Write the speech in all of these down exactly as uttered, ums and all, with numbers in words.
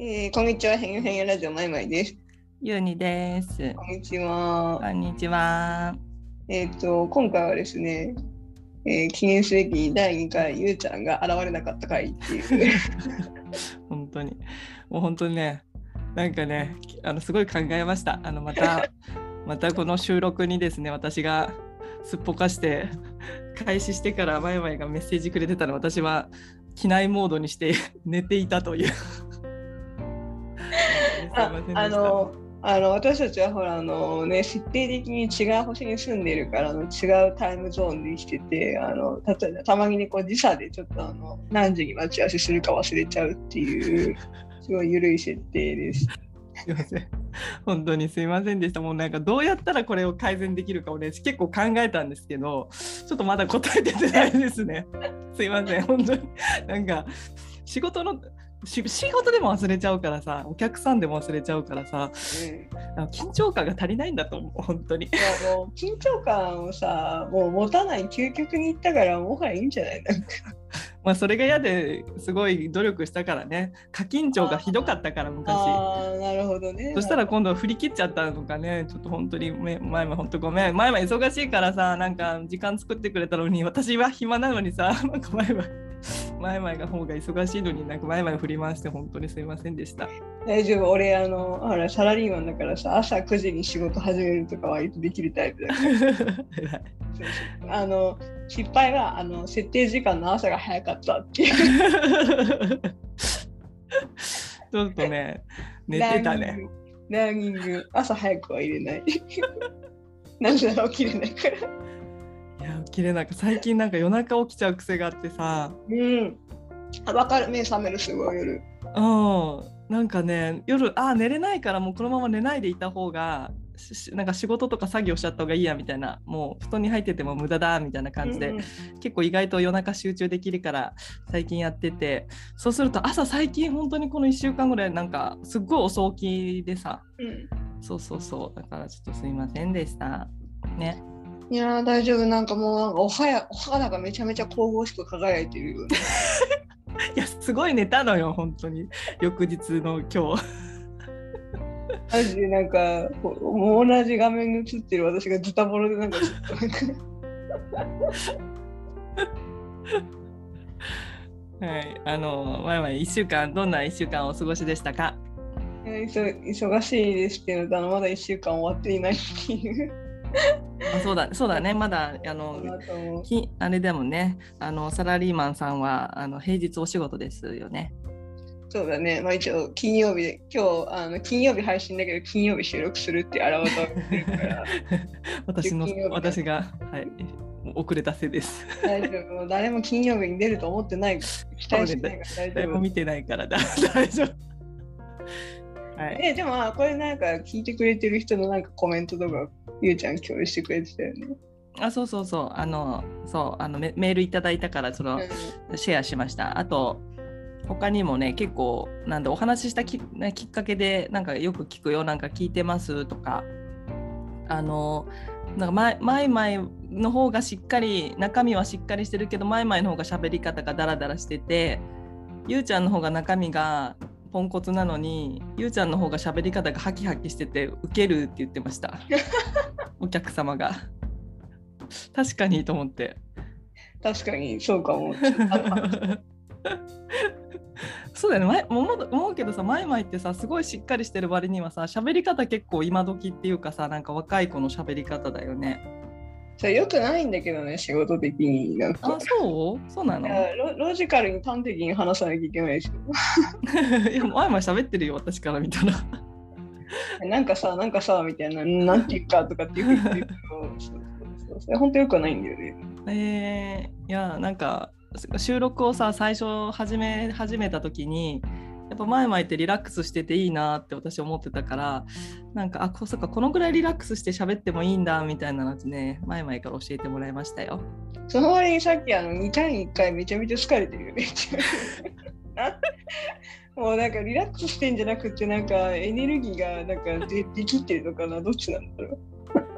えー、こんにちは、へんよへんよラジオまいまいです。 ゆうにです。 こんにちは。 こんにちは。 えっと、今回はですね、えー、記念すべきだいにかいゆうちゃんが現れなかった回っていう。 本当に、もう本当にね、なんかね、あのすごい考えました。あのまた、またこの収録にですね、私がすっぽかして開始してからまいまいがメッセージくれてたの、私は機内モードにして寝ていたという。 ああのあの私たちはほらあの、ね、設定的に違う星に住んでいるからあの違うタイムゾーンで生きててあの例えばたまに、ね、こう時差でちょっとあの何時に待ち合わせするか忘れちゃうっていうすごい緩い設定です。 すいません、本当にすいませんでした。もうなんかどうやったらこれを改善できるかをね結構考えたんですけど、ちょっとまだ答え出てないですね。すいません、本当になんか仕事の仕事でも忘れちゃうからさ、お客さんでも忘れちゃうからさ、うん、緊張感が足りないんだと思う、本当に。いやもう緊張感をさもう持たない究極に行ったからもはやいいんじゃないなんかまあそれが嫌ですごい努力したからね。過緊張がひどかったから昔。 ああなるほどね。 そしたら今度は振り切っちゃったのかね。ちょっと本当に前々本当ごめん。前々忙しいからさ、なんか時間作ってくれたのに私は暇なのにさ、なんか前々前々が方が忙しいのになんか前々振り回して本当にすいませんでした。 大丈夫、俺あのほらサラリーマンだからさ朝くじに仕事始めるとかは割とできるタイプだからあの失敗はあの設定時間の朝が早かったっていうちょっとね寝てたね。 ラーニング朝早くは入れないなんで起きれないから。いや起きれなく最近なんか夜中起きちゃう癖があってさ。 うん分かる、目覚めるすごい夜。 うんなんかね夜あ寝れないからもうこのまま寝ないでいた方がなんか仕事とか作業しちゃった方がいいやみたいな、もう布団に入ってても無駄だみたいな感じで、うんうん、結構意外と夜中集中できるから最近やってて、そうすると朝最近本当にこのいっしゅうかんぐらいなんかすっごい遅起きでさ、うん、そうそうそうだからちょっとすいませんでしたね。 いや大丈夫、なんかもうなんかおはやお肌がめちゃめちゃ神々しく輝いてるよねいやすごい寝たのよ本当に翌日の今日マジでなんかもう同じ画面に映ってる私がズタボロでなんかちょっとなんかはいあの前々いっしゅうかんどんないっしゅうかんお過ごしでしたか？ 忙しいですけどまだいっしゅうかん終わっていないっていうあそうだそうだねまだあのきあれでもねあのサラリーマンさんはあの平日お仕事ですよね。 そうだね、まあ、一応金曜日で今日あの金曜日配信だけど金曜日収録するって表れてるから私の私が、はい、遅れたせいです。 大丈夫、誰も金曜日に出ると思ってない期待してないから大丈夫。 誰も見てないから大丈夫。 はい、えでもこれなんか聞いてくれてる人のなんかコメントとかゆうちゃん共有してくれてたよね。 あそうそうそうあのそうあの メ, メールいただいたからその、うん、シェアしました。あと他にもね結構なんでお話しした き,、ね、きっかけでなんかよく聞くよなんか聞いてますとかあのなんかマイマイの方がしっかり中身はしっかりしてるけどマイマイの方が喋り方がダラダラしててゆうちゃんの方が中身がポンコツなのにゆうちゃんの方が喋り方がハキハキしててウケるって言ってましたお客様が。確かにと思って。 確かにそうかもそうだよね思う、思うけどさマイマイってさすごいしっかりしてる割にはさ喋り方結構今時っていうかさなんか若い子の喋り方だよね。 それよくないんだけどね仕事的になんか。 あそうそうなの？ ロ, ロジカルに端的に話さなきゃいけないでしょいやマイマイ喋ってるよ私から見たらなんかさなんかさみたいななんていうかとかって言ってるけどそれ本当よくないんだよね。 えー、いやなんか収録をさ最初始め始めた時にやっぱ前々ってリラックスしてていいなって私思ってたからなんかあこそっかこのぐらいリラックスして喋ってもいいんだみたいなのね前々から教えてもらいましたよ。 その割にさっきあのにかいにいっかいめちゃめちゃ疲れてるよねもうなんかリラックスしてんじゃなくてなんかエネルギーがなんか で, できってるのかなどっちなんだろう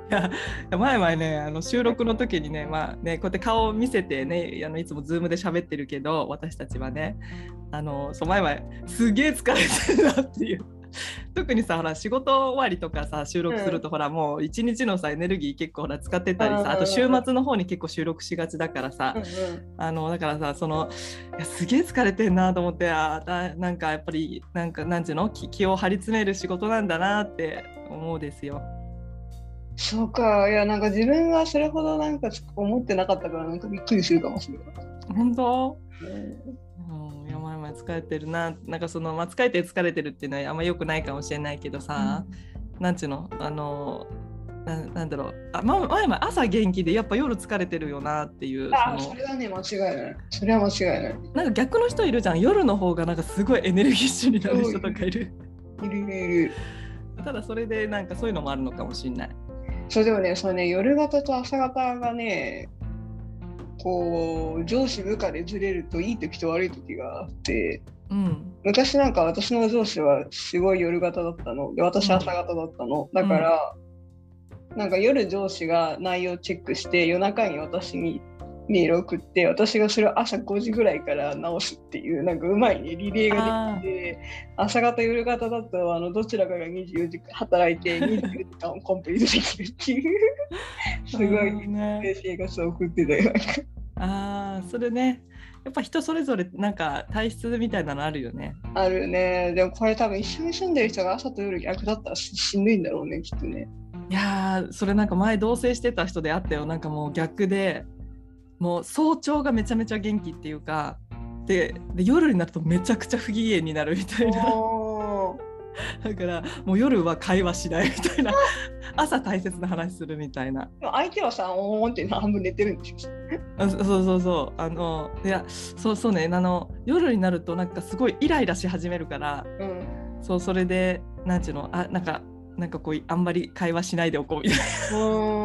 や前々ねあの収録の時にね、まあね、こうやって顔を見せてねあのいつもズームで喋ってるけど私たちはねあのそう前々すげえ疲れてるなっていう特にさほら仕事終わりとかさ収録すると、うん、ほらもう一日のさエネルギー結構ほら使ってたりさあと週末の方に結構収録しがちだからさ、うんうん、あのだからさそのいやすげえ疲れてんなと思ってあだなんかやっぱりなんかなんていうの 気, 気を張り詰める仕事なんだなって思うですよ。 そうかいやなんか自分はそれほどなんか思ってなかったからなんかびっくりするかもしれない。 本当、うんうん、いや前々疲れてるななんかその、まあ、疲れて疲れてるっていうのはあんま良くないかもしれないけどさ、うん、なんちゅうのあの な, なんだろうあ、ま、前々朝元気でやっぱ夜疲れてるよなっていうあそのそれはね間違いないそれは間違いないなんか逆の人いるじゃん夜の方がなんかすごいエネルギッシュになる人とかいるいるいるいるただそれでなんかそういうのもあるのかもしれない。 そうでもね、そのね夜型と朝型がね、こう上司部下でずれるといい時と悪い時があって、うん、昔なんか私の上司はすごい夜型だったので、私朝型だったの。だから、うん、なんか夜上司が内容チェックして夜中に私にメールを送って私がそれを朝ごじぐらいから直すっていうなんかうまいねリレーができて朝方夜型だとあのどちらかがにじゅうよじかん働いてにじゅうよじかんをコンプリートできるっていうすごい生活を送ってたよ。 あーそれねやっぱ人それぞれなんか体質みたいなのあるよね。 あるね。でもこれ多分一緒に住んでる人が朝と夜逆だったらしんどいんだろうねきっとね。 いやーそれなんか前同棲してた人であったよ。なんかもう逆でもう早朝がめちゃめちゃ元気っていうか で, で夜になるとめちゃくちゃ不機嫌になるみたいなだからもう夜は会話しないみたいな朝大切な話するみたいな。 相手はさおーんって半分寝てるんでしょ。 あそうそうそうあのいやそうそうねあの夜になるとなんかすごいイライラし始めるから、うん、そうそれでなんていうのあなんかなんかこうあんまり会話しないでおこうみたいな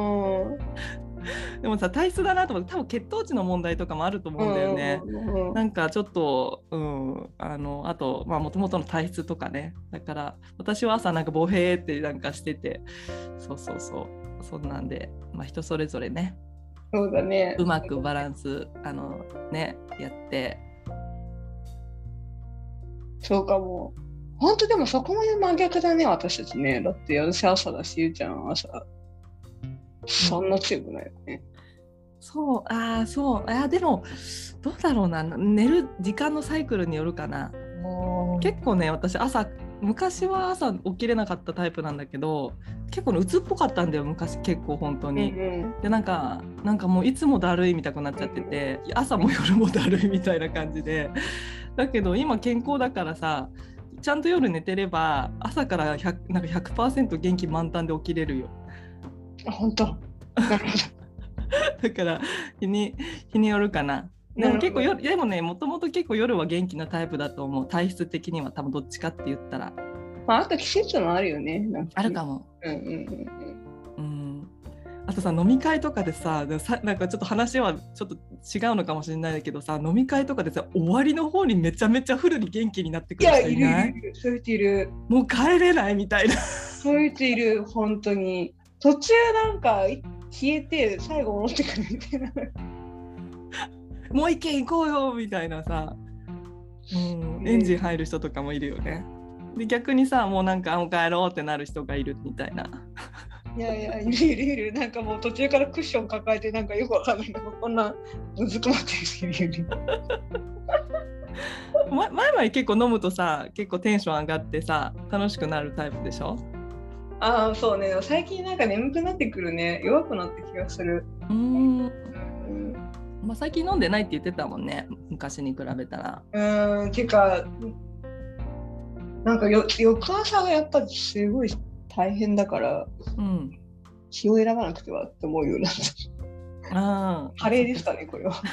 でもさ体質だなと思って多分血糖値の問題とかもあると思うんだよね、うんうん、なんかちょっと、うん、あのあともともとの体質とかねだから私は朝なんかボヘーってなんかしててそうそうそうそんなんで、まあ、人それぞれねそうだねうまくバランスあのねやってそうかも本当でもそこまで真逆だね私たちねだって私朝だしゆうちゃん朝そんな強くないよね、 うん、そうあそうあでもどうだろうな寝る時間のサイクルによるかな。結構ね私朝昔は朝起きれなかったタイプなんだけど結構、ね、鬱っぽかったんだよ昔結構本当に、うんうん、でなんかなんかもういつもだるいみたくなっちゃってて、うん、朝も夜もだるいみたいな感じでだけど今健康だからさちゃんと夜寝てれば朝から ひゃく, なんか ひゃくパーセント 元気満タンで起きれるよ。 本当だから日に日によるかな。でも結構夜でもねもともと結構夜は元気なタイプだと思う体質的には多分どっちかって言ったら、 まあ、あと季節もあるよねなんかあるかも、 うんうんうんうん、あとさ飲み会とかでさなんかちょっと話はちょっと違うのかもしれないけどさ飲み会とかでさ終わりの方にめちゃめちちゃフルに元気になってくる人いない？ いやいるいるそういう人いる。 もう帰れないみたいなそういう人いる本当に途中なんか消えて最後戻ってくるみたいなもう一軒行こうよみたいなさ、うん、エンジン入る人とかもいるよね。で逆にさもうなんかもう帰ろうってなる人がいるみたいな。 いやいやいるいるいるなんかもう途中からクッション抱えてなんかよくわかんないのがこんなうずくまってる人いる前々結構飲むとさ結構テンション上がってさ楽しくなるタイプでしょ？ ああそうね最近なんか眠くなってくるね弱くなって気がする。 うーん、うんまあ、最近飲んでないって言ってたもんね昔に比べたら。 うーんてかなんかよ翌朝がやっぱりすごい大変だから、うん、気を選ばなくてはって思うようになった。あカレーですかねこれは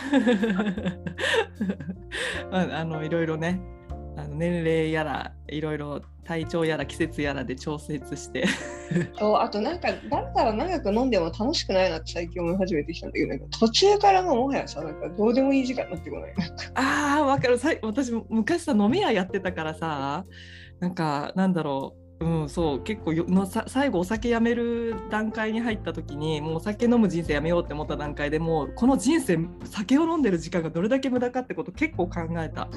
あのいろいろねあの年齢やらいろいろ体調やら季節やらで調節してそうあとなんかだったら長く飲んでも楽しくないなって最近思い始めてきたんだけどなんか途中からももはやさなんかどうでもいい時間になってこないあーわかる私昔さ飲み屋やってたからさなんかなんだろううん、そう結構よのさ最後お酒やめる段階に入った時にもうお酒飲む人生やめようって思った段階でもうこの人生酒を飲んでる時間がどれだけ無駄かってこと結構考えた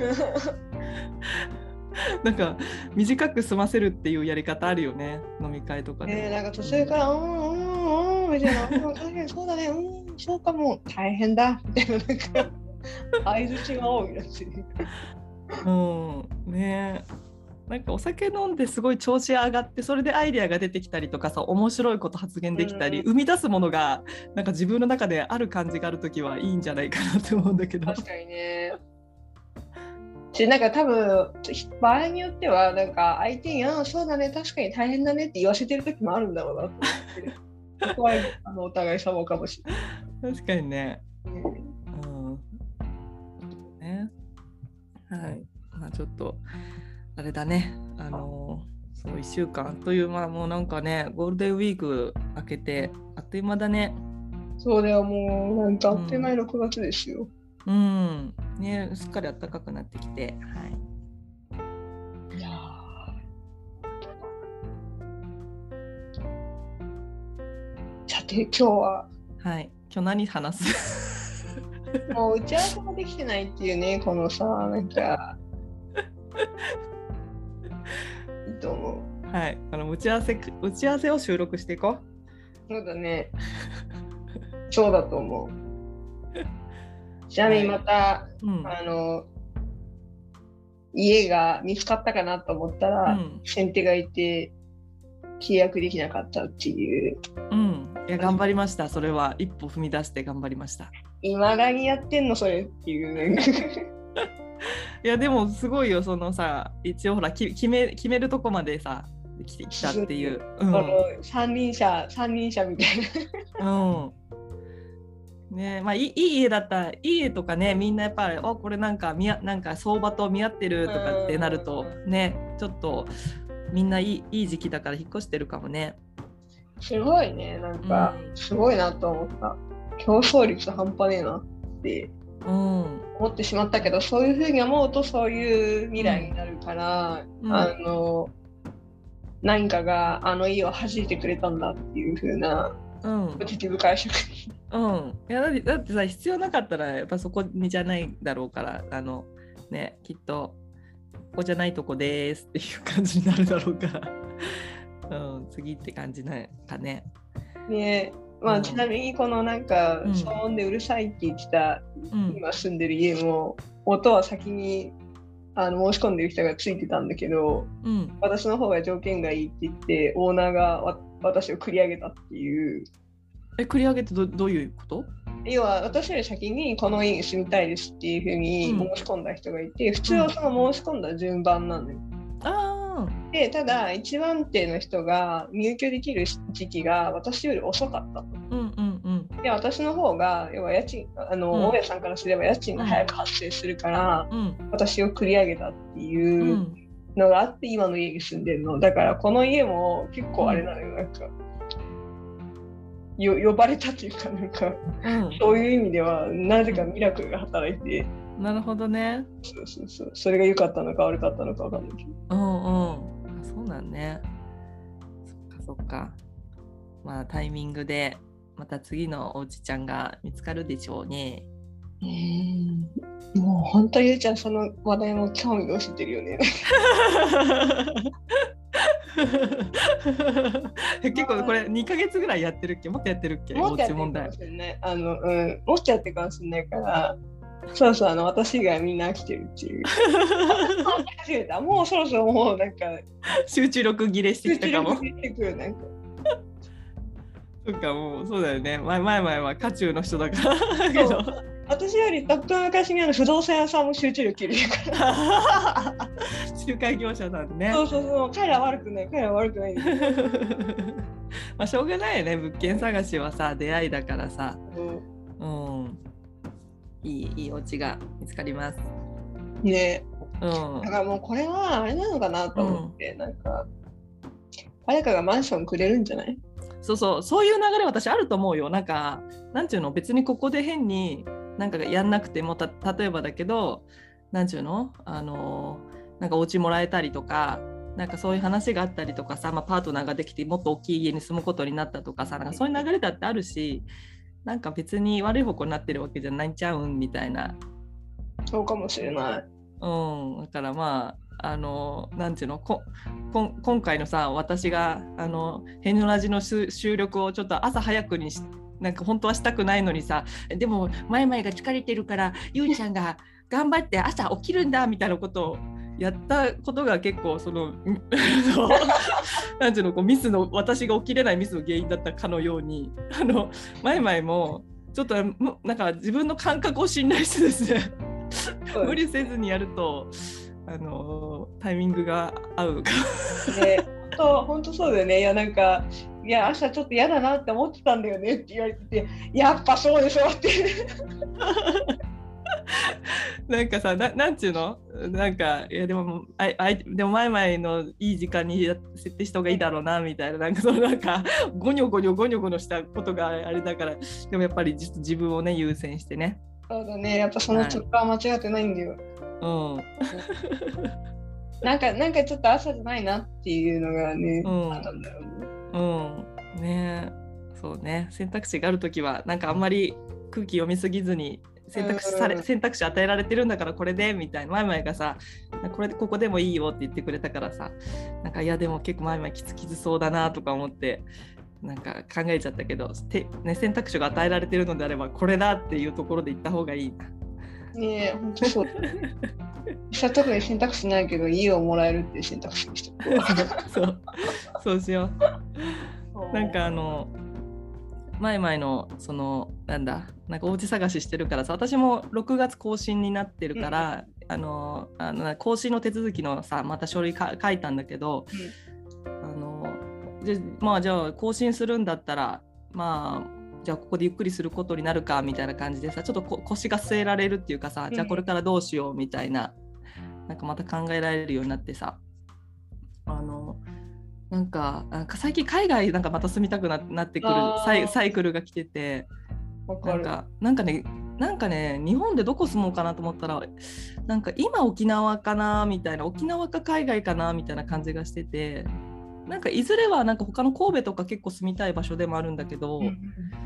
なんか短く済ませるっていうやり方あるよね飲み会とかで、 ね、なんか途中からうんうんうんみたいな確かにそうだねうんそうかも大変だみたいななんか相づちが多いらしいうんねなんかお酒飲んですごい調子上がってそれでアイデアが出てきたりとかさ面白いこと発言できたり、うん、生み出すものがなんか自分の中である感じがあるときはいいんじゃないかなと思うんだけど確かにねしなんか多分場合によってはなんか相手にあそうだね確かに大変だねって言わせてる時もあるんだろうなと思ってそこはあのお互い様かもしれない確かにね、うんねはいまあちょっとあれだね、あのー、そういっしゅうかんあっという間もうなんかねゴールデンウィーク明けてあっという間だね。 そうだよもうなんかあっという間にろくがつですよ。 うん、うんねすっかり暖かくなってきて、はい。いやさて今日ははい今日何話すもう打ち合わせもできてないっていうねこのさなんかいいと思う。はい、あの打ち合わせ打ち合わせを収録していこう。そうだね。そうだと思う。ちなみにまた、はいうん、あの家が見つかったかなと思ったら、うん、先手がいて契約できなかったっていう。 うん、いや頑張りました。それは一歩踏み出して頑張りました。 いまだにやってんのそれっていうね。 いやでもすごいよそのさ一応ほら決め決めるとこまでさ来てきたっていう、 うん、あの三輪車三輪車みたいなうんねまあいい、いい家だったらいい家とかねみんなやっぱりおこれなんか見なんか相場と見合ってるとかってなるとねちょっとみんないい、いい時期だから引っ越してるかもね。 すごいねなんか、うん、すごいなと思った。競争率半端ねえなって思ってしまったけど、うん、そういうふうに思うとそういう未来になるから、うん、あの何かがあの家を弾いてくれたんだっていう風な、うん、ポジティブ解釈。 うん、いやだって、だってさ必要なかったらやっぱそこにじゃないだろうからあのねきっとここじゃないとこですっていう感じになるだろうから、うん、次って感じなんかね。 ねまあ、うん、ちなみにこのなんか騒音でうるさいって言ってた、うん、今住んでる家も音は先にあの申し込んでる人がついてたんだけど、うん、私の方が条件がいいって言ってオーナーがわ私を繰り上げたっていう。 え繰り上げて ど, どういうこと？ 要は私より先にこの家に住みたいですっていうふうに申し込んだ人がいて、うん、普通はその申し込んだ順番なんだよ、うん、あでただ一番手の人が入居できる時期が私より遅かったと、うんうんうん、で私の方が要は家賃あの、うん、大家さんからすれば家賃が早く発生するから、うん、私を繰り上げたっていうのがあって今の家に住んでるのだからこの家も結構あれなのよ、なんかよ呼ばれたというかなんか、うん、そういう意味ではなぜかミラクルが働いて、 なるほどね。 そうそうそうそれが良かったのか悪かったのか分かんないけど、 うんうんそうなんね。そっかそっか。まあタイミングでまた次のおうちちゃんが見つかるでしょうね。 うーんもう本当ゆうちゃんその話題も興味が失ってるよね。 結構これにかげつぐらいやってるっけもっとやってるっけもっとやってるかもしれないあの、うん、もっとやってるかもしれないからそうそうあの私以外みんな飽きてるっていうもうそろそろもうなんか集中力切れしてきたかも。 集中力切れてくるなんかそっかもうそうだよね前前々は渦中の人だからけど私よりとっくの昔にある不動産屋さんも集中力切れるから仲介業者さんね。 そうそうそう彼ら悪くない彼ら悪くないまあしょうがないよね物件探しはさ出会いだからさ、うん、うん、いいいいお家が見つかりますね、うん、だからもうこれはあれなのかなと思って、うん、なんか誰かがマンションくれるんじゃない？ そうそうそういう流れ私あると思うよ。なんかなんていうの別にここで変になんかやんなくてもた例えばだけどなんていうのあのなんかお家もらえたりとかなんかそういう話があったりとかさ、まあ、パートナーができてもっと大きい家に住むことになったとかさ、なんかそういう流れだってあるし、なんか別に悪い方向になってるわけじゃないんちゃうんみたいな。 そうかもしれない。 うん、だからまああのなんていうのここ今回のさ、私があのヘニョラジの収録をちょっと朝早くにしなんか本当はしたくないのにさ、でもマイマイが疲れてるからゆうちゃんが頑張って朝起きるんだみたいなことをやったことが結構そのなんていうのこうミスの私が起きれないミスの原因だったかのように、あのマイマイもちょっとなんか自分の感覚を信頼してですね無理せずにやるとあのタイミングが合うかね、本当そうだよね。いやなんかいや朝ちょっと嫌だなって思ってたんだよねって言われてて、やっぱそうでしょってなんかさ な, なんちゅうのなんかいやでもああでも前々のいい時間に設定した方がいいだろうなみたいな、なんかそのなんかゴニョゴニョゴニョゴニョしたことがあれだから、でもやっぱり実自分をね優先してね。 そうだね、やっぱその直感は間違ってないんだよ、 はい、 うんなんかなんかちょっと朝じゃないなっていうのがね、うん、あったんだろうね。 うん、ね、そうね、選択肢があるときはなんかあんまり空気読みすぎずに選択肢され、選択肢与えられてるんだからこれでみたいな、マイマイがさこれここでもいいよって言ってくれたからさ、なんかいやでも結構マイマイきつきつそうだなとか思ってなんか考えちゃったけど、て、ね、選択肢が与えられてるのであればこれだっていうところで行った方がいいな。 ねえ、本当そう。実は特に選択肢ないけど家をもらえるっていう選択肢にしてそうそうしよう。なんかあの前々のそのなんだなんかお家探ししてるからさ、私もろくがつ更新になってるから、うん、あのあの更新の手続きのさまた書類か書いたんだけど、うん、あのじゃまあじゃあ更新するんだったらまあじゃあここでゆっくりすることになるかみたいな感じでさ、ちょっとこ腰が据えられるっていうかさ、じゃあこれからどうしようみたいな、なんかまた考えられるようになってさ、あのなんか、なんか最近海外なんかまた住みたく な, なってくるサ イ, サイクルが来てて、なんかなんかねなんかね日本でどこ住もうかなと思ったら、なんか今沖縄かなみたいな、沖縄か海外かなみたいな感じがしてて、なんかいずれはなんか他の神戸とか結構住みたい場所でもあるんだけど、うん、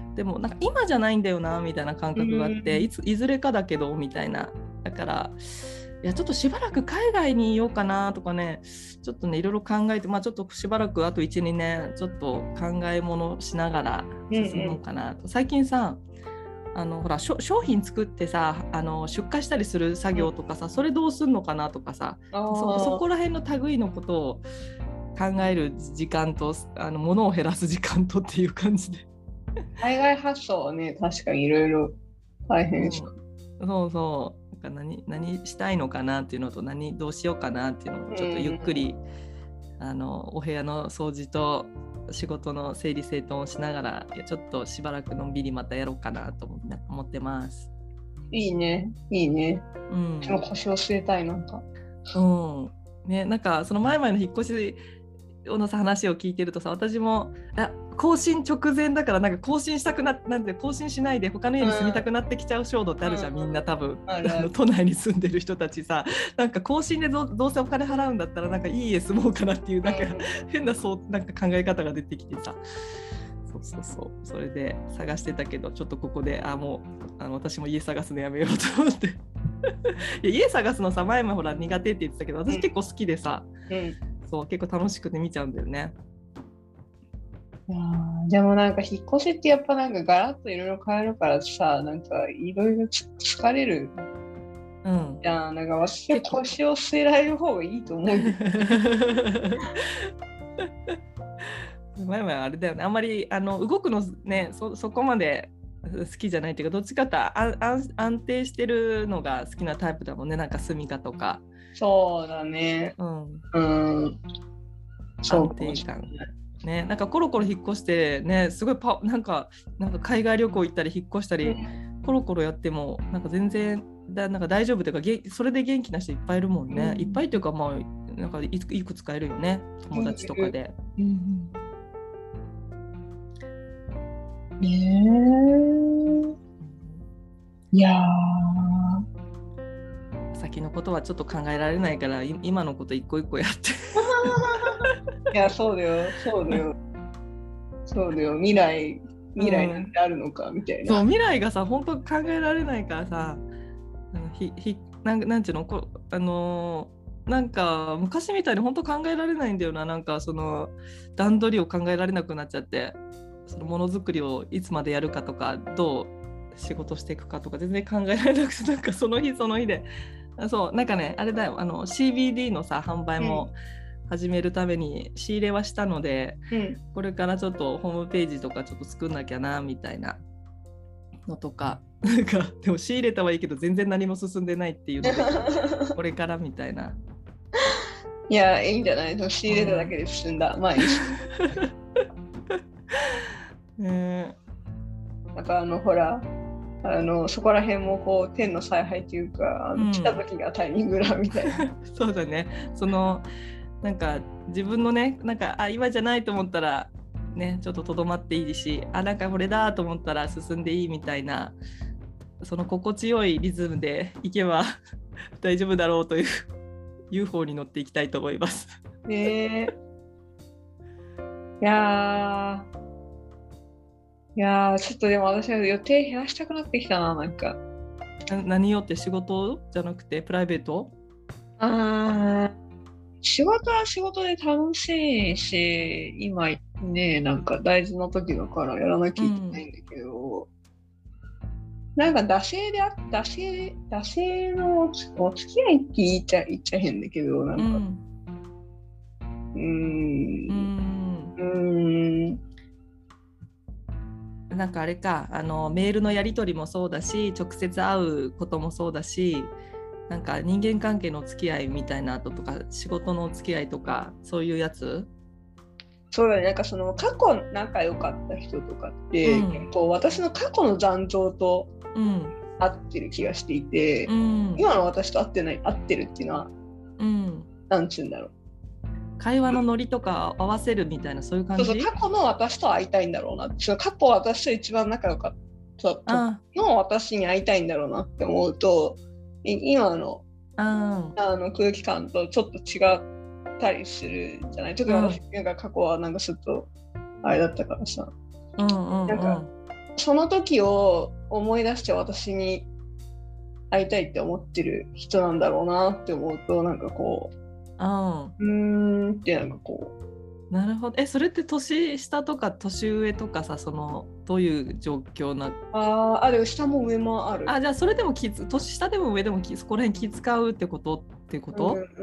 でもなんか今じゃないんだよなみたいな感覚があって、うん、い, ついずれかだけどみたいな、だからいやちょっとしばらく海外にいようかなとかね、ちょっとねいろいろ考えて、まあちょっとしばらくあといち、にねんちょっと考え物しながら進もうかなと、うんうん、最近さあのほら商品作ってさあの出荷したりする作業とかさ、それどうすんのかなとかさ、そ, そこら辺の類のことを考える時間とあの物を減らす時間とっていう感じで海外発想はね確かにいろいろ大変そう、 うん、そうそうなんか 何, 何したいのかなっていうのと何どうしようかなっていうのをちょっとゆっくり、うん、あのお部屋の掃除と仕事の整理整頓をしながらちょっとしばらくのんびりまたやろうかなと思ってます。 いいねいいね、うん、私も腰を据えたいなんか、 うんね、なんかその前々の引っ越しの話を聞いてるとさ、私もあ更新直前だからなんか更新したくななんて更新しないで他の家に住みたくなってきちゃう衝動ってあるじゃん、うん、みんな多分、あの都内に住んでる人たちさ、なんか更新で ど, どうせお金払うんだったらなんかいい家住もうかなっていうなんか、うん、変なそうなんか考え方が出てきてさ、そうそうそうそれで探してたけど、ちょっとここであもうあの私も家探すのやめようと思っていや家探すのさ前もほら苦手って言ってたけど私結構好きでさ、うんうんそう結構楽しくて見ちゃうんだよね。 いやでもなんか引っ越しってやっぱなんかガラッといろいろ変えるからさ、なんかいろいろ疲れる。うん。じゃあなんか私は腰を据えられる方がいいと思う。 前々あれだよね。あんまりあの動くのね そ, そこまで好きじゃないっていうか、どっちかと安定してるのが好きなタイプだもんね。なんか住みかとか。 そうだね。うん。うん、 安定感。ね、なんかコロコロ引っ越してね、すごいパなんかなんか海外旅行行ったり引っ越したり、うん、コロコロやってもなんか全然だなんか大丈夫というか、それで元気な人いっぱいいるもんね。うん、いっぱいというかまあなんかいくつかいるよね、友達とかで。うんうんねえ。いや先のことはちょっと考えられないから今のこと一個一個やっていや、そうだよ、そうだよ。そうだよ、未来、未来なんてあるのか、みたいな。 そう、未来がさ、本当考えられないからさ、あのひひなんなんていうのこあのー、なんか昔みたいに本当考えられないんだよな。なんかその段取りを考えられなくなっちゃって、そのものづくりをいつまでやるかとか、どう仕事していくかとか全然考えられなくて、なんかその日その日で、そうなんかね、あれだよ、あの シービーディー のさ販売も始めるために仕入れはしたので、 うん、 これからちょっとホームページとかちょっと作んなきゃなみたいなのとか、なんかでも仕入れたはいいけど全然何も進んでないっていうのでこれからみたいな。 いや、いいんじゃないの、仕入れただけで進んだ、うん、まあいいし。 ね、 なんかあのほらあのそこら辺もこう天の采配というか、あの、うん、来た時がタイミングだみたいな。 そうだね、そのなんか自分のね、なんかあ今じゃないと思ったらね、ちょっととどまっていいし、あなんかこれだと思ったら進んでいいみたいな、その心地よいリズムでいけば大丈夫だろうというユーフォー に乗っていきたいと思います。 ねえ。いやーいやーちょっとでも私は予定減らしたくなってきたな、なんか。 な何よって仕事じゃなくてプライベート？ あ仕事は仕事で楽しいし、今ね、なんか大事な時だからやらなきゃいけないんだけど、うん、なんか惰性であ惰性惰性のお付き合いって言っちゃ言っちゃ変だけど、なんか、うん、うーん、うーん、 なんかあれか、あのメールのやり取りもそうだし、直接会うこともそうだし、なんか人間関係の付き合いみたいなとか、仕事の付き合いとか、そういうやつ？ そうだね、なんかその過去仲良かった人とかって、うん、結構私の過去の残像と合ってる気がしていて、うん、今の私と合ってない、合ってるっていうのは、うん、なんちゅうんだろう。 会話のノリとか合わせるみたいな、そういう感じ？ そうそう、過去の私と会いたいんだろうなって、その過去私と一番仲良かったの私に会いたいんだろうなって思うと、今の、あの空気感とちょっと違ったりするじゃない。ちょっと私が過去はなんかちょっとあれだったからさ、うんうんうん、なんかその時を思い出して私に会いたいって思ってる人なんだろうなって思うと、なんかこう、うん、うーんってなんかこう。 なるほど。え、それって年下とか年上とかさ、そのどういう状況な？ ああ、でも下も上もある。 あ、じゃあそれでも気年下でも上でもそこら辺気使うってことってこと？ うん、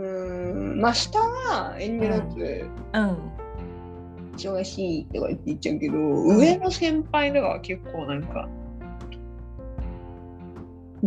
うん、まあ下は遠慮なく、うん、忙しいとか言って言っちゃうけど、うん、上の先輩とかは結構なんか、うん、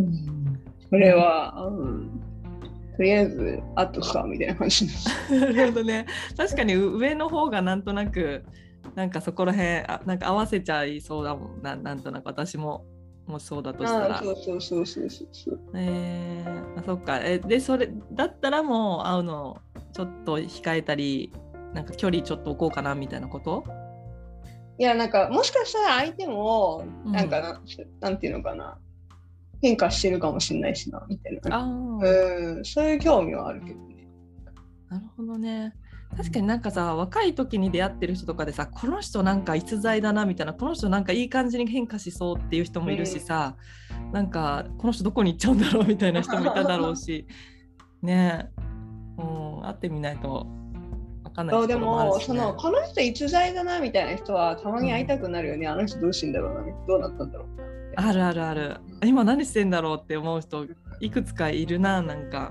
それは、うん、とりあえずあとかみたいな感じです。 なるほどね。確かに上の方がなんとなくなんかそこら辺あなんか合わせちゃいそうだもんな、なんとなく私ももしそうだとしたら。 あ、そうそうそうそうそうそう。 えー、あそっか。えでそれだったらもう会うのちょっと控えたり、なんか距離ちょっと置こうかなみたいなこと？ いや、なんかもしかしたら相手もなんか な,、うん、なんていうのかな、変化してるかもしれないしなみたいな。あ、うん、そういう興味はあるけどね。 なるほどね。確かになんかさ、若い時に出会ってる人とかでさ、この人なんか逸材だなみたいな、この人なんかいい感じに変化しそうっていう人もいるしさ、うん、なんかこの人どこに行っちゃうんだろうみたいな人もいただろうしねえ、うん、会ってみないと分かんないところもあるし、ね、 でもそのこの人逸材だなみたいな人はたまに会いたくなるよね、うん、あの人どうしてんだろうな、どうなったんだろうな、 あるあるある、今何してんだろうって思う人いくつかいるな、なんか。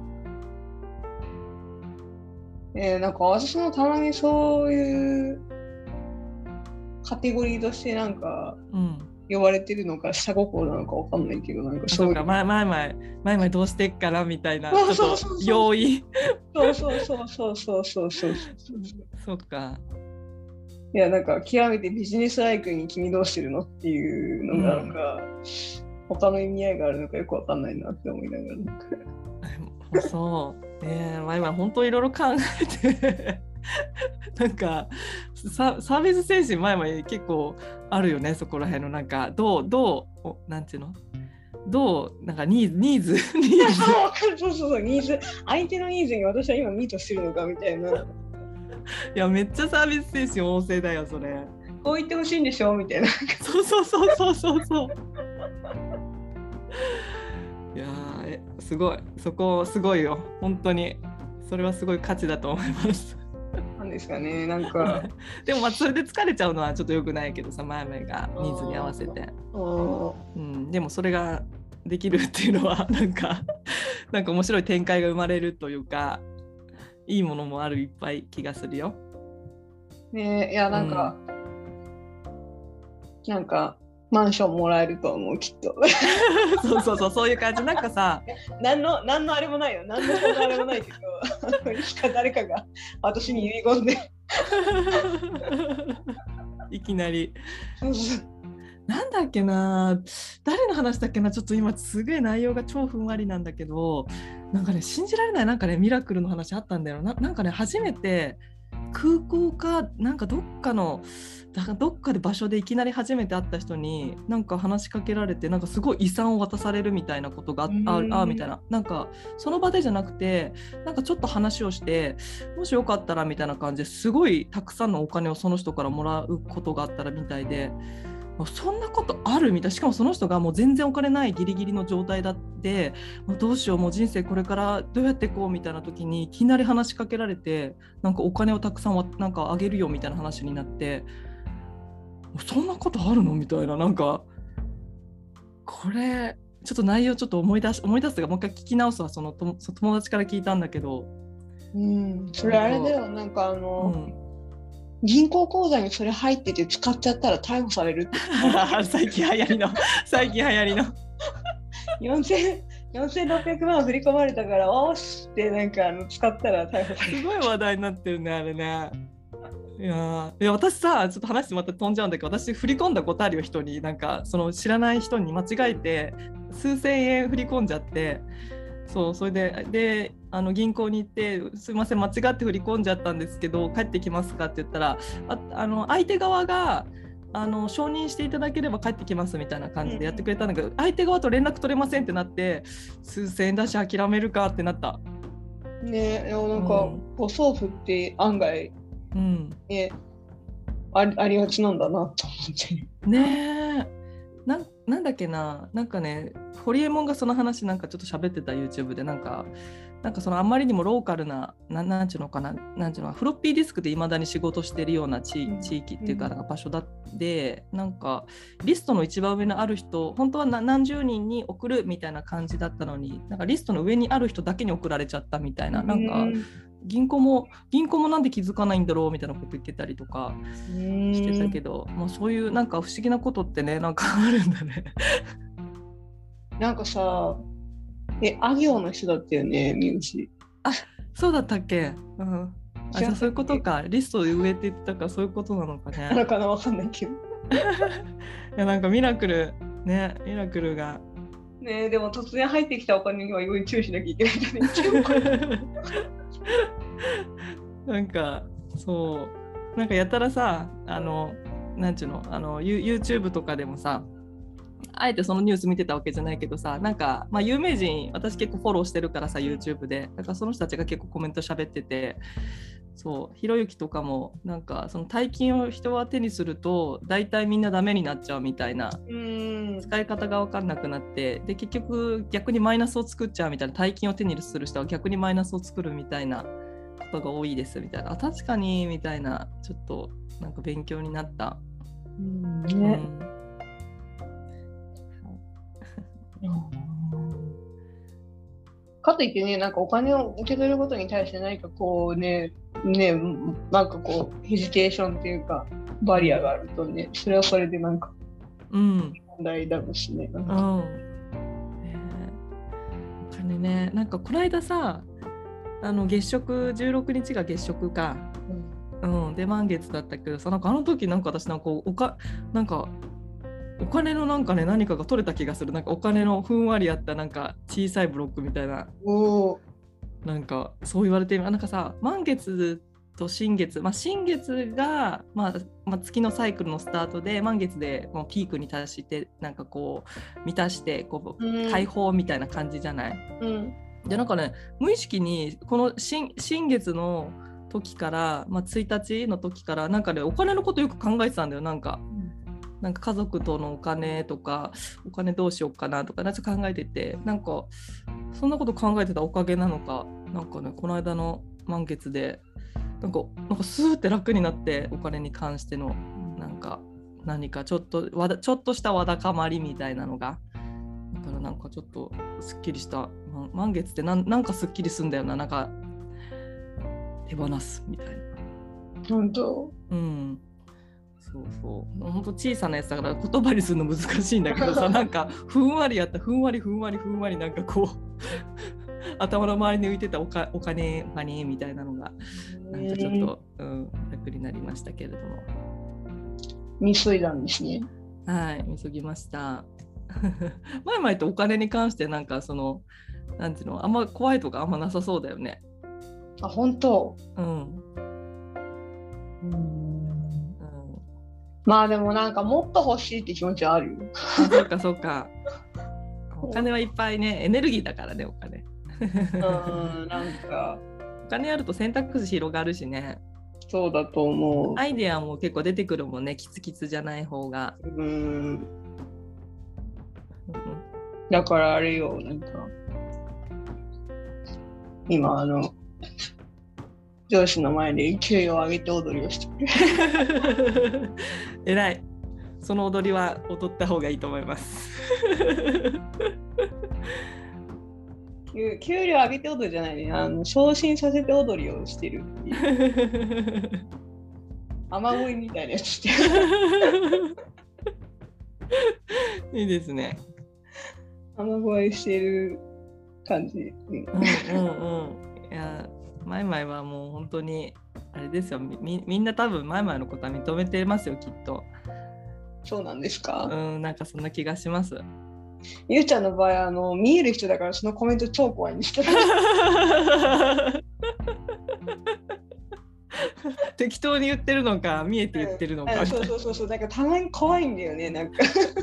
えー、なんか私もたまにそういうカテゴリーとしてなんか呼ばれてるのか下心なのかわかんないけど、なんかそういうか前々前々どうしてっかなみたいなちょっと容易そうそうそうそうそうそうそうそうか。 いや、なんか極めてビジネスライクに君どうしてるのっていうのがなんか、うん、他の意味合いがあるのかよくわかんないなって思いながらそうえー、まあ、今本当いろいろ考えてなんかサービス精神前々結構あるよね、そこら辺のなんかどうどうなんていうのどうなんかニーズニーズニーズそうそうそうニーズ相手のニーズに私は今ミートしてるのかみたいな。いやめっちゃサービス精神旺盛だよそれ。 こう言ってほしいんでしょみたいな。 そうそうそうそうそうそう。いやえすごいそこすごいよ本当にそれはすごい価値だと思います。 なんですかねなんかでもまあそれで疲れちゃうのはちょっと良くないけどさ前々がニーズに合わせて、うん、でもそれができるっていうのはなんかなんか面白い展開が生まれるというかいいものもあるいっぱい気がするよ。 ねいやなんか、うん、なんかマンションもらえると思うきっと。 そうそうそうそういう感じなんかさ何の何のあれもないよ何のあれもないけどいつか誰かが私に遺言でいきなりなんだっけな誰の話だっけなちょっと今すげえ内容が超ふんわりなんだけどなんかね信じられないなんかねミラクルの話あったんだよ な, なんかね初めて空港かなんかどっかのだからどっかで場所でいきなり初めて会った人になんか話しかけられてなんかすごい遺産を渡されるみたいなことが あ, あ, あみたいななんかその場でじゃなくてなんかちょっと話をしてもしよかったらみたいな感じですごいたくさんのお金をその人からもらうことがあったらみたいでそんなことあるみたいしかもその人がもう全然お金ないギリギリの状態だってもうどうしようもう人生これからどうやってこうみたいな時にいきなり話しかけられてなんかお金をたくさんなんかあげるよみたいな話になってそんなことあるのみたいななんかこれちょっと内容ちょっと思い出し思い出すというかもう一回聞き直すわその友達から聞いたんだけど、 うん、それあれだよなんかあの、うん銀行口座にそれ入ってて使っちゃったら逮捕されるって最近流行りの最近流行りのよんせんろっぴゃくまん振り込まれたからおーしってなんかあの使ったら逮捕されるすごい話題になってるねあれね。いやいや私さちょっと話してまた飛んじゃうんだけど私振り込んだことあるよ人になんかその知らない人に間違えて数千円振り込んじゃってそうそれでであの銀行に行ってすいません間違って振り込んじゃったんですけど帰ってきますかって言ったら あ, あの相手側があの承認していただければ帰ってきますみたいな感じでやってくれたんだけど、うん、相手側と連絡取れませんってなって数千円だし諦めるかってなったねえなんか、うん、誤送付って案外、うんね、あ, ありがちなんだなと思ってねえ な, なんだっけななんかねホリエモンがその話なんかちょっと喋ってた YouTube でなんかなんかそのあんまりにもローカルなななんちゅうのかななんちゅうのフロッピーディスクでいまだに仕事してるような 地, 地域っていうかなんか場所だってなんかリストの一番上にある人本当は何十人に送るみたいな感じだったのになんかリストの上にある人だけに送られちゃったみたいななんか銀行も銀行もなんで気づかないんだろうみたいなこと言ってたりとかしてたけどまあそういうなんか不思議なことってねなんかあるんだねなんかさえ、あ行の人だったよね、ミュージ。 あ、そうだったっけ、うん、あじゃあそういうことかリストで上って言ったからそういうことなのかねなのかなわかんないけどいやなんかミラクルねミラクルがねえでも突然入ってきたお金には要注意しなきゃいけないんだねなんかそうなんかやたらさあのなんちゅうのあの YouTube とかでもさあえてそのニュース見てたわけじゃないけどさなんか、まあ、有名人私結構フォローしてるからさ YouTube でだからその人たちが結構コメント喋っててそうひろゆきとかもなんかその大金を人は手にすると大体みんなダメになっちゃうみたいなうん使い方が分かんなくなってで結局逆にマイナスを作っちゃうみたいな大金を手にする人は逆にマイナスを作るみたいなことが多いですみたいなあ確かにみたいなちょっとなんか勉強になったうんね、うんかといってね、なんかお金を受け取ることに対して何かこうね、ね、なんかこうヘジテーションっていうかバリアがあるとね、それはそれでなんか問題だろうしね。うん。なんかうんね、お金ね、なんかこの間さ、あの月食じゅうろくにちが月食か、うんうん、で満月だったけどさ、なんかあの時なんか私なんかおかなんかお金のなんかね何かが取れた気がするなんかお金のふんわりあったなんか小さいブロックみたいなおなんかそう言われてなんかさ満月と新月、まあ、新月が、まあまあ、月のサイクルのスタートで満月でもうピークに達してなんかこう満たしてこう、うん、解放みたいな感じじゃない、うん、でなんかね無意識にこの 新, 新月の時から、まあ、ついたちの時からなんかねお金のことよく考えてたんだよ。なんか、うん、なんか家族とのお金とかお金どうしようかなとかなんか考えてて、なんかそんなこと考えてたおかげなのかなんかねこの間の満月でなんかなんかスーって楽になってお金に関してのなんか何かちょっとわだちょっとしたわだかまりみたいなのがだからなんかちょっとすっきりした満月ってなんなんかすっきりすんだよな、なんか手放すみたいな。 本当？ うん。そうそう本当小さなやつだから言葉にするの難しいんだけどさなんかふんわりやったふんわりふんわりふんわりなんかこう頭の周りに浮いてたおかお金お金みたいなのがなんかちょっと、うん、楽になりましたけれども。 みそいだんですね。 はい、みそぎました。前々とお金に関してなんかそのなんていうのあんま怖いとかあんまなさそうだよね。 あ、本当。 うん。 うん。まあでもなんかもっと欲しいって気持ちはあるよ。 あ、そうかそうか。お金はいっぱいね、エネルギーだからねお金。 うん、なんかお金あると選択肢広がるしね。 そうだと思う。 アイデアも結構出てくるもんね、キツキツじゃない方が。 うん。だからあれよ、なんか今あの上司の前で給与を上げて踊りをしてる。 えらい。その踊りは踊った方がいいと思います。 給, 給料上げて踊りじゃないね、あの昇進させて踊りをしてるっていう。雨乞いみたいなやつしてる。 いいですね。 雨乞いしてる感じ。 うんうんうん。いや、マイマイはもう本当にあれですよ。み, みんな多分マイマイのことは認めてますよ、きっと。 そうなんですか？ うん、なんかそんな気がします。 ゆうちゃんの場合あの見える人だからそのコメント超怖いんですけど。 適当に言ってるのか見えて言ってるのか、 うん、そうそうそうそう、だからたまに怖いんだよね、なんか。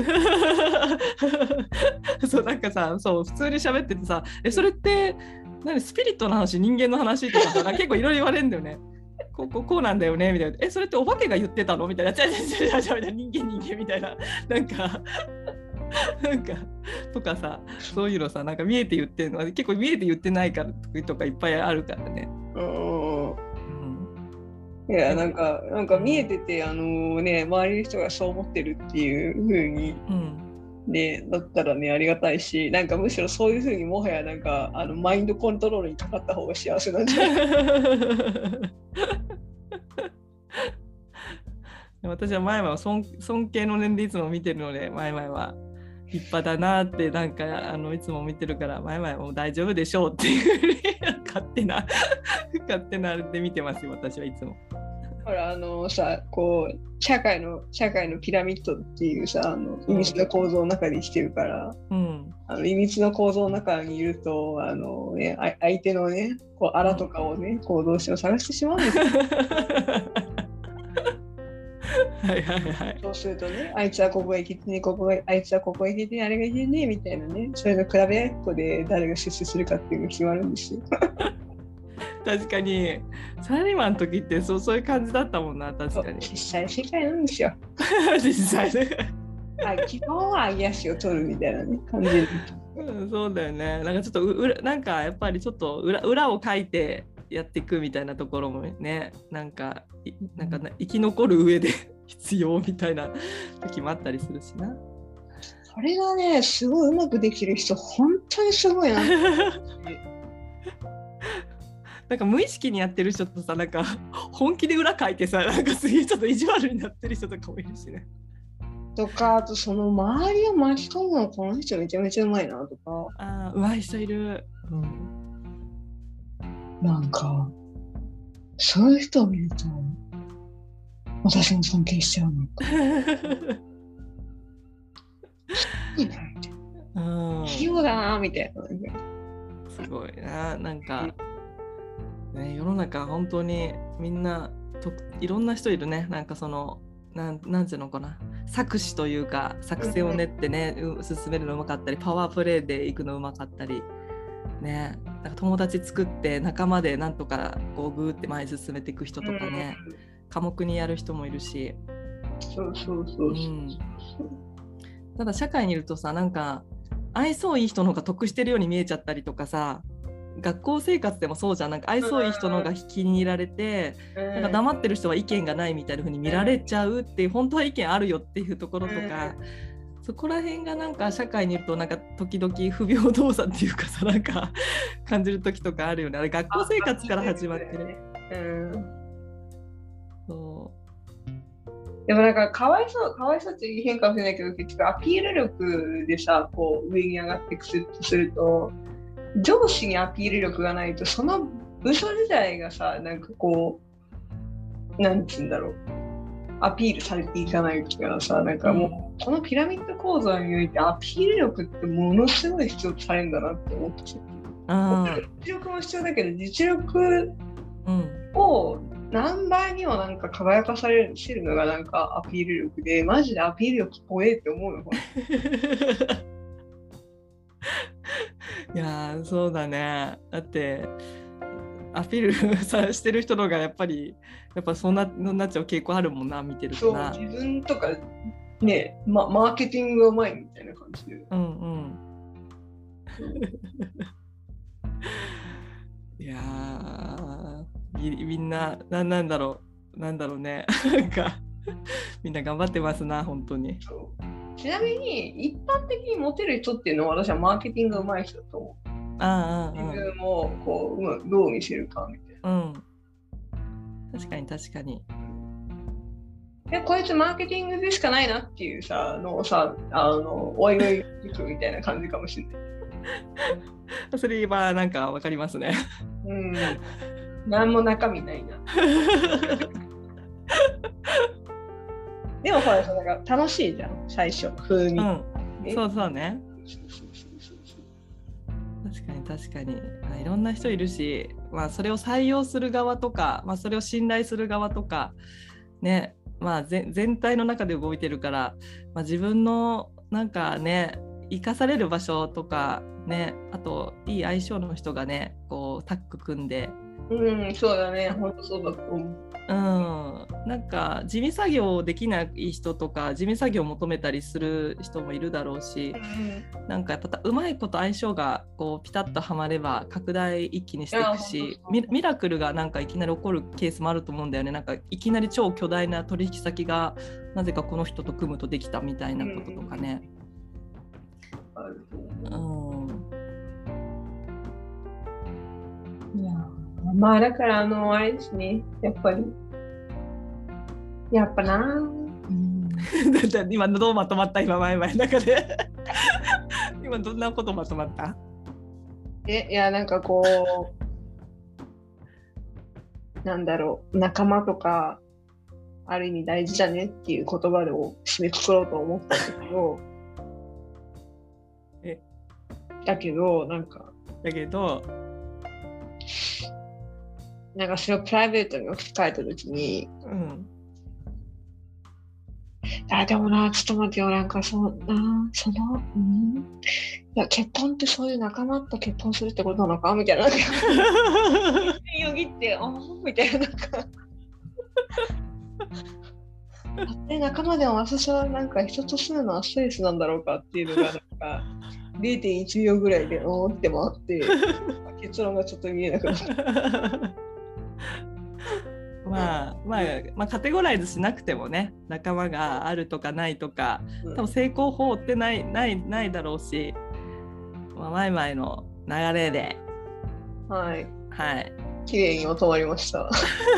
そうなんかさ、そう普通に喋っててさ、えそれって何スピリットの話、人間の話とかさ結構いろいろ言われるんだよね。こうこうこうなんだよねみたいな。えそれってお化けが言ってたのみたいな。違う違う違う違う人間人間みたいな。なんかなんかとかさ、そういうのさなんか見えて言ってるのは結構見えて言ってないからとかいっぱいあるからね。 うん。いやなんかなんか見えててあのね周りの人がそう思ってるっていう風に、うんね、だったらねありがたいし、なんかむしろそういう風にもはやなんかあのマインドコントロールにかかった方が幸せなんじゃない。 私は前々は 尊, 尊敬の念でいつも見てるので、前々は立派だなってなんかあのいつも見てるから、前々もう大丈夫でしょうっていう勝手な勝手なあれで見てますよ、私はいつも。ほらあのさ、こう社会の社会のピラミッドっていうさ、あの秘密の構造の中で生きてるから、うん、あの秘密の構造の中にいるとあの、ね、あ相手のねこうあらとかをね、こうどうしても探してしまうんですよ。 はいはいはい、 そうするとね、あいつはここへ行けてね、ここへあいつはここへ行けてね、あれが行けてねみたいなね、それの比べ合いっこで誰が出世するかっていうのが決まるんですよ。 確かにサラリーマンの時ってそう、そういう感じだったもんな。確かに実際世界なんですよ。 実際ね。 基本は揚げ足を取るみたいな、ね、感じ、 うん、そうだよね。なんかちょっとうなんかやっぱりちょっと 裏, 裏を書いてやっていくみたいなところもね、なんかなんか生き残る上で必要みたいな時もあったりするしな。 それがねすごいうまくできる人本当にすごいな。 なんか無意識にやってる人とさ、なんか本気で裏書いてさ、なんかすげえちょっと意地悪になってる人とかもいるしね。 とか、あとその周りを巻き込むのこの人めちゃめちゃうまいなとか。 ああ、うまい人いる。うん、 なんかそういう人を見ると私も尊敬しちゃうの。いいなみたいな。器用だなみたいな。 すごいな、なんか。 ね、世の中本当にみんなといろんな人いるね。なんかそのなんなんていうのかな、作詞というか作戦を練ってね、うん、進めるのうまかったり、パワープレイでいくのうまかったりね、なんか友達作って仲間でなんとかこうグーって前に進めていく人とかね、うん、寡黙にやる人もいるし、 そうそうそうそう、うん、 ただ社会にいるとさ、なんか愛想いい人の方が得してるように見えちゃったりとかさ、学校生活でもそうじゃん、なんか愛想いい人の方が気に入られて、うん、なんか黙ってる人は意見がないみたいな風に見られちゃうっていう、本当は意見あるよっていうところとか、うん、そこら辺がなんか社会にいるとなんか時々不平等さっていうかさ、なんか感じる時とかあるよね。あれ学校生活から始まってね。うん、 そうでもなんかかわいそうかわいそうっていう変かもしれないけど、結局アピール力でさこう上に上がっていくとすると、上司にアピール力がないとその部署自体がさ、なんかこうなんつうんだろう、アピールされていかないからさ、なんかもうこのピラミッド構造においてアピール力ってものすごい必要とされるんだなって思ってきて、実力も必要だけど実力を何倍にもなんか輝かされるのがなんかアピール力で、マジでアピール力怖えって思うよ。 いやそうだね。だってアピールさしてる人の方がやっぱりやっぱそんななっちゃう傾向あるもんな、見てるとな。 そう、自分とかね、ま、マーケティングがうまいみたいな感じで。うんうん。 いやー、みんなな、なんだろうなんだろうねなんかみんな頑張ってますな本当に。 そう、ちなみに一般的にモテる人っていうのは私はマーケティングがうまい人だと思う。ああ、自分をこうどう見せるかみたいな。うん、 確かに確かに。 でこいつマーケティングでしかないなっていうさのをさ、あのおいおいみたいな感じかもしれない。 それはなんかわかりますね。 うん。何も中身ないな。でもほらなんか楽しいじゃん最初風味、うん、 そうそうね。確かに確かに、いろんな人いるし、まあ、それを採用する側とか、まあ、それを信頼する側とかね、まあ、全体の中で動いてるから、まあ、自分のなんかね生かされる場所とかね、あといい相性の人がねこうタッグ組んで、 うん、そうだね、本当そうだと思う。 うん、なんか地味作業できない人とか地味作業を求めたりする人もいるだろうし、うん、なんかやっぱうまいこと相性がこうピタッとはまれば拡大一気にしていくし、ミ, ミラクルがなんかいきなり起こるケースもあると思うんだよね。なんかいきなり超巨大な取引先がなぜかこの人と組むとできたみたいなこととかね、うん、 いやまあだからあのあれですね、やっぱりやっぱな、うん、 今どうまとまった？今前々の中で今どんなことまとまった？ えいやなんかこうなんだろう、仲間とかある意味大事だねっていう言葉でを締めくくろうと思ったんだけどえだけどなんかだけどなんかそれをプライベートに置き換えたときに、うん、あでもな、ちょっと待ってよ、なんかそうな、その、うん、いや結婚ってそういう仲間と結婚するってことなのかみたいな、なんかよぎって、あみたいな、なんかで仲間でも私はなんか人と住むのはストレスなんだろうかっていうのがなんか れいてんいちびょうぐらいでおーって回って結論がちょっと見えなくなったまあまあまあカテゴライズしなくてもね、仲間があるとかないとか、多分成功法ってないないないだろうし、まあ、前々の流れではいはい綺麗にまとまりました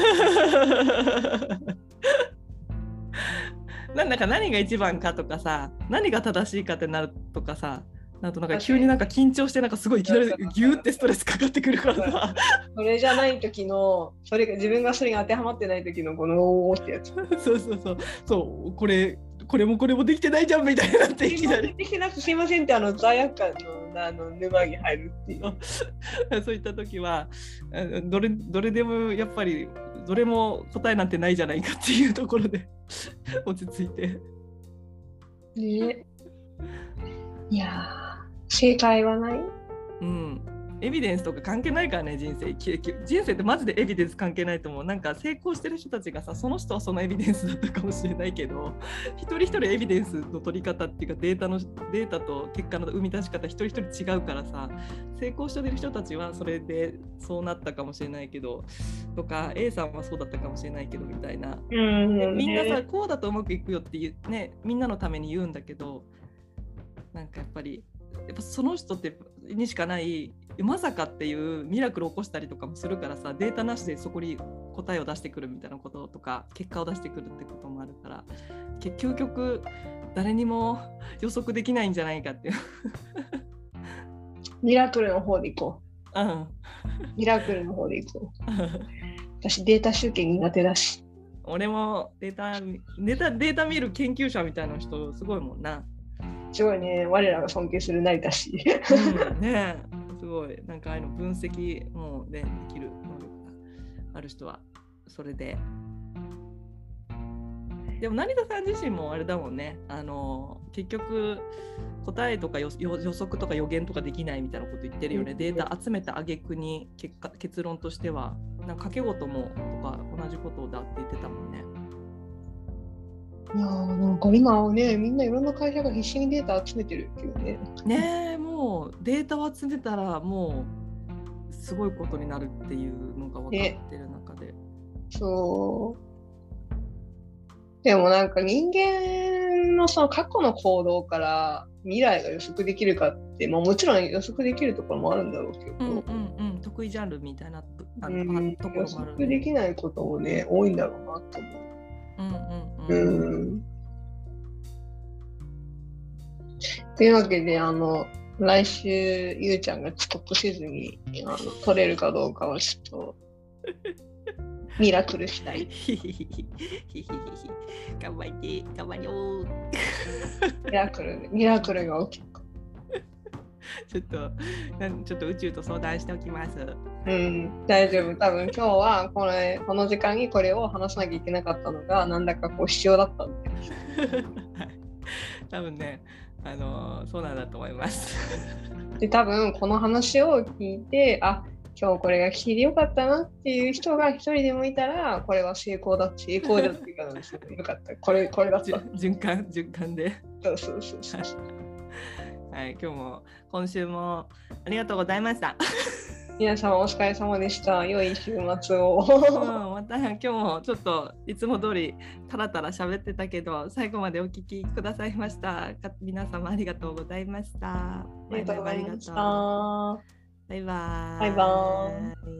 なんだか何が一番かとかさ、何が正しいかってなるとかさ、なんとなんか急になんか緊張してなんかすごいいきなりギューってストレスかかってくるからさそれじゃない時のそれが自分がそれに当てはまってない時のこのおーってやつそうそうそうそうこれこれもこれもできてないじゃんみたいになっていきなりできてなくてすいませんってあの罪悪感のなあの沼に入るっていう。 そういった時はどれ、どれでもやっぱりどれも答えなんてないじゃないかっていうところで落ち着いて。 ね、いや正解はない。 うん。エビデンスとか関係ないからね、人生。人生ってマジでエビデンス関係ないと思う。なんか成功してる人たちがさ、その人はそのエビデンスだったかもしれないけど、一人一人エビデンスの取り方っていうかデータのデータと結果の生み出し方一人一人違うからさ、成功してる人たちはそれでそうなったかもしれないけどとか、 A さんはそうだったかもしれないけどみたいな、 うんね、 みんなさこうだとうまくいくよっていうね、みんなのために言うんだけど、なんかやっぱりやっぱその人ってにしかないまさかっていうミラクルを起こしたりとかもするからさ、データなしでそこに答えを出してくるみたいなこととか結果を出してくるってこともあるから、結局誰にも予測できないんじゃないかっていうミラクルの方で行こう、うん、 ミラクルの方で行こう私データ集計苦手だし。 俺もデータデータデータ見る研究者みたいな人すごいもんな。 すごいね、我らが尊敬する成田氏、 うん、ねすごいなんかああいうの分析もねできる能力がある人はそれで。でも成田さん自身もあれだもんね、あの結局答えとか予測とか予言とかできないみたいなこと言ってるよね。データ集めた挙句に結果結論としてはなんか掛け事もとか同じことだって言ってたもんね。 いやなんか今ね、みんないろんな会社が必死にデータ集めてるっていうね。 ねえ、もうデータを集めたらもうすごいことになるっていうのが分かってる中で。 そうでもなんか人間のその過去の行動から未来が予測できるかって、まあ、もちろん予測できるところもあるんだろうけど、 うんうんうん、得意ジャンルみたいなあの、 うん、 ところもある、ね、 予測できないこともね多いんだろうなと思う。 うんうんうん。うん、 というわけであの来週ゆうちゃんが遅刻せずにあの取れるかどうかはちょっとミラクルしたい。 頑張って頑張りよう。 ミラクルミラクルが起きる。 ちょっとちょっと宇宙と相談しておきます。 うん、大丈夫。多分今日はこれこの時間にこれを話さなきゃいけなかったのがなんだかこう必要だったんで。 多分ね、あのそうなんだと思います。 で多分この話を聞いて、あ、今日これが聞いてよかったなっていう人が一人でもいたら、これは成功だ成功だっていうかなんですよ。よかった。これこれだった。 循環循環で。 そうそうそうそう。 はい、今日も今週もありがとうございました。 皆様お疲れ様でした。良い週末を。 うん、また今日もちょっといつも通りタラタラ喋ってたけど、最後までお聞きくださいました。皆様ありがとうございました。 ありがとうございました。 バイバーイ。 バイバーイ。